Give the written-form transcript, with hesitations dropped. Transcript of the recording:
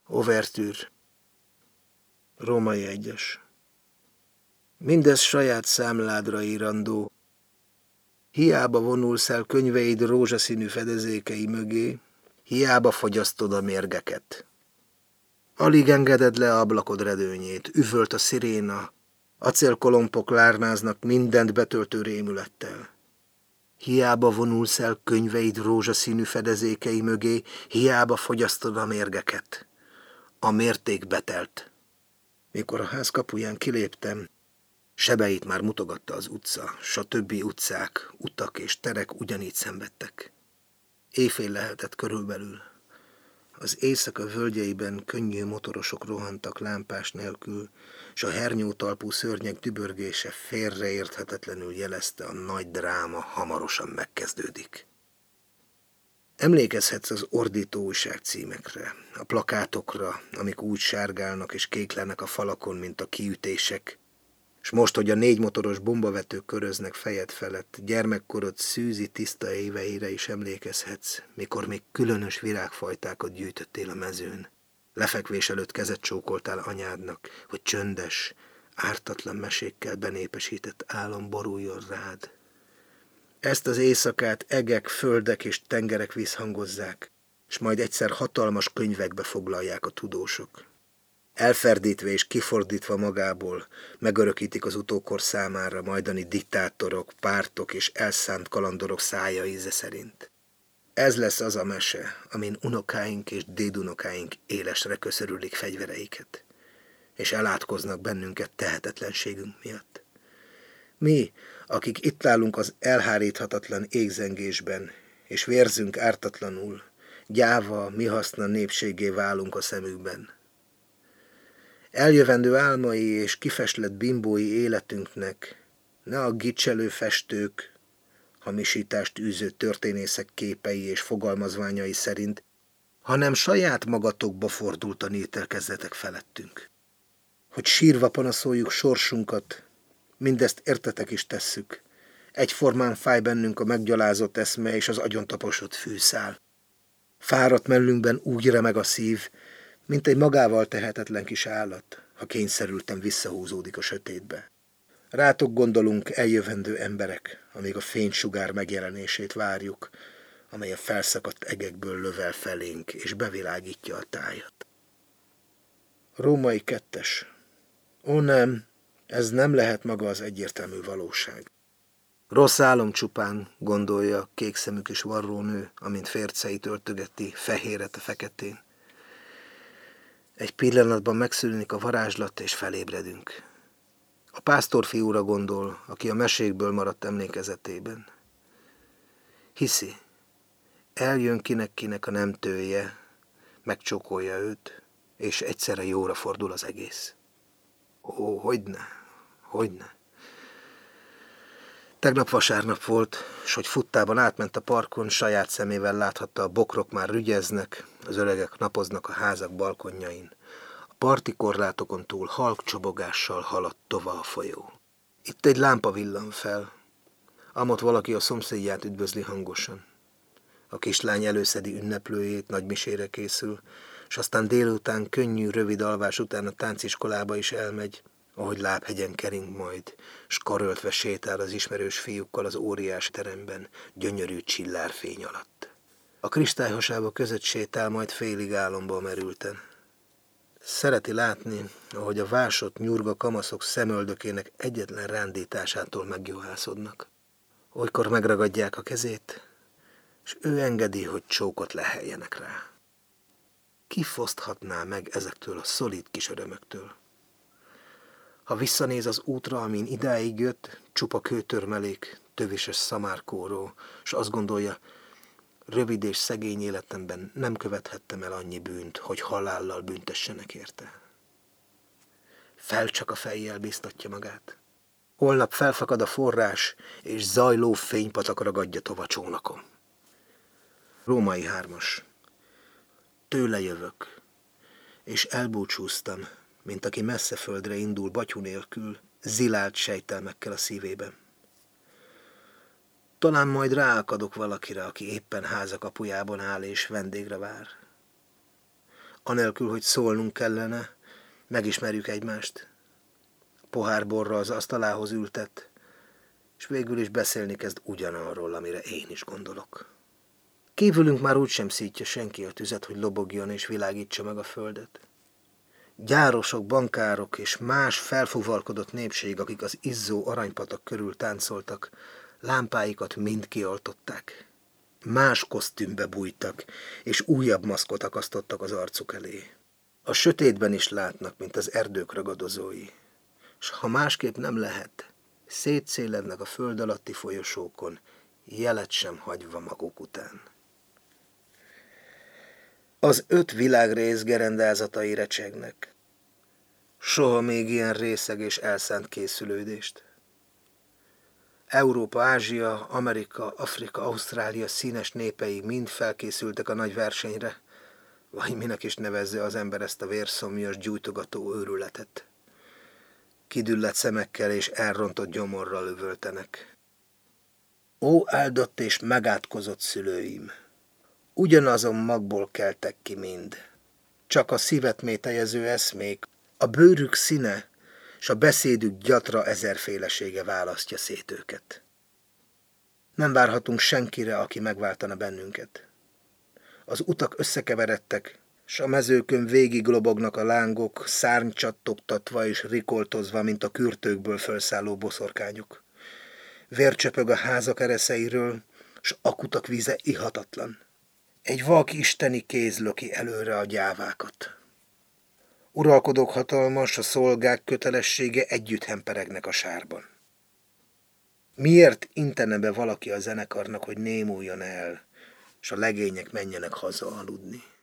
Overtűr. Római 1-es. Mindez saját számládra írandó. Hiába vonulsz el könyveid rózsaszínű fedezékei mögé, hiába fogyasztod a mérgeket. Alig engeded le ablakod redőnyét, üvölt a sziréna, acélkolompok lármáznak mindent betöltő rémülettel. Hiába vonulsz el könyveid rózsaszínű fedezékei mögé, hiába fogyasztod a mérgeket. A mérték betelt. Mikor a ház kapuján kiléptem, sebeit már mutogatta az utca, s a többi utcák, utak és terek ugyanígy szenvedtek. Éjfél lehetett körülbelül. Az éjszaka völgyeiben könnyű motorosok rohantak lámpás nélkül, s a hernyótalpú szörnyek dübörgése félreérthetetlenül jelezte, a nagy dráma hamarosan megkezdődik. Emlékezhetsz az ordító újságcímekre, a plakátokra, amik úgy sárgálnak és kéklenek a falakon, mint a kiütések, s most, hogy a 4 motoros bombavetők köröznek fejed felett, gyermekkorod szűzi tiszta éveire is emlékezhetsz, mikor még különös virágfajtákat gyűjtöttél a mezőn. Lefekvés előtt kezet csókoltál anyádnak, hogy csöndes, ártatlan mesékkel benépesített álom boruljon rád. Ezt az éjszakát egek, földek és tengerek visszhangozzák, s majd egyszer hatalmas könyvekbe foglalják a tudósok. Elferdítve és kifordítva magából megörökítik az utókor számára majdani diktátorok, pártok és elszánt kalandorok szája íze szerint. Ez lesz az a mese, amin unokáink és dédunokáink élesre köszörülik fegyvereiket, és elátkoznak bennünket tehetetlenségünk miatt. Mi, akik itt állunk az elháríthatatlan égzengésben, és vérzünk ártatlanul, gyáva, mi haszna népséggé válunk a szemükben. Eljövendő álmai és kifeslett bimbói életünknek ne a gicselő festők, hamisítást űző történészek képei és fogalmazványai szerint, hanem saját magatokba fordultan ítélkezzetek felettünk. Hogy sírva panaszoljuk sorsunkat, mindezt értetek is tesszük. Egyformán fáj bennünk a meggyalázott eszme és az agyontaposott fűszál. Fáradt mellünkben úgy remeg a szív, mint egy magával tehetetlen kis állat, ha kényszerülten visszahúzódik a sötétbe. Rátok gondolunk, eljövendő emberek, amíg a fénysugár megjelenését várjuk, amely a felszakadt egekből lövel felénk, és bevilágítja a tájat. Római 2-es. Ó nem, ez nem lehet maga az egyértelmű valóság. Rossz álom csupán, gondolja a kékszemű kis varrónő, amint férceit öltögeti fehéret a feketén. Egy pillanatban megszűnik a varázslat, és felébredünk. A pásztorfiúra gondol, aki a mesékből maradt emlékezetében. Hiszi, eljön kinek a nem tője, megcsókolja őt, és egyszerre jóra fordul az egész. Ó, hogyne. Tegnap vasárnap volt, s hogy futtában átment a parkon, saját szemével láthatta, a bokrok már rügyeznek, az öregek napoznak a házak balkonjain. A parti korlátokon túl halk csobogással haladt tova a folyó. Itt egy lámpa villan fel. Amott valaki a szomszédját üdvözli hangosan. A kislány előszedi ünneplőjét, nagymisére készül, s aztán délután könnyű, rövid alvás után a tánciskolába is elmegy, ahogy lábhegyen kering majd, s karöltve sétál az ismerős fiúkkal az óriás teremben, gyönyörű csillárfény alatt. A kristályhasába között sétál, majd félig álomba merülten. Szereti látni, ahogy a vásott nyurga kamaszok szemöldökének egyetlen rándításától megjuhászodnak. Olykor megragadják a kezét, és ő engedi, hogy csókot leheljenek rá. Ki foszthatná meg ezektől a szolid kis örömöktől? Ha visszanéz az útra, amin idáig jött, csupa kőtörmelék, tövises szamárkóró, s azt gondolja, rövid és szegény életemben nem követhettem el annyi bűnt, hogy halállal büntessenek érte. Fel csak a fejjel bíztatja magát. Holnap felfakad a forrás, és zajló fénypatak ragadja tova csónakom. Római 3-as. Tőle jövök, és elbúcsúztam, mint aki messze földre indul batyú nélkül, zilált sejtelmekkel a szívében. Talán majd ráakadok valakire, aki éppen háza kapujában áll és vendégre vár. Anélkül, hogy szólnunk kellene, megismerjük egymást. Pohár borra az asztalához ültet, és végül is beszélni kezd ugyanarról, amire én is gondolok. Kívülünk már úgysem szítja senki a tüzet, hogy lobogjon és világítsa meg a földet. Gyárosok, bankárok és más felfuvalkodott népség, akik az izzó aranypatak körül táncoltak, lámpáikat mind kioltották. Más kosztümbe bújtak, és újabb maszkot akasztottak az arcuk elé. A sötétben is látnak, mint az erdők ragadozói, s ha másképp nem lehet, szétszélednek a föld alatti folyosókon, jelet sem hagyva maguk után. Az 5 világrész gerendázatai recsegnek. Soha még ilyen részeg és elszánt készülődést. Európa, Ázsia, Amerika, Afrika, Ausztrália színes népei mind felkészültek a nagy versenyre, vagy minek is nevezze az ember ezt a vérszomjas, gyújtogató őrületet. Kidüllett szemekkel és elrontott gyomorral üvöltenek. Ó, áldott és megátkozott szülőim! Ugyanazon magból keltek ki mind. Csak a szívet métejező eszmék, a bőrük színe, s a beszédük gyatra ezerfélesége választja szét őket. Nem várhatunk senkire, aki megváltana bennünket. Az utak összekeveredtek, s a mezőkön végig lobognak a lángok, szárnycsattogtatva és rikoltozva, mint a kürtőkből felszálló boszorkányok. Vér csöpög a házak ereszeiről, s a kutak víze ihatatlan. Egy vak isteni kéz löki előre a gyávákat. Uralkodók hatalmas, a szolgák kötelessége együtt hemperegnek a sárban. Miért intene be valaki a zenekarnak, hogy némuljon el, s a legények menjenek haza aludni?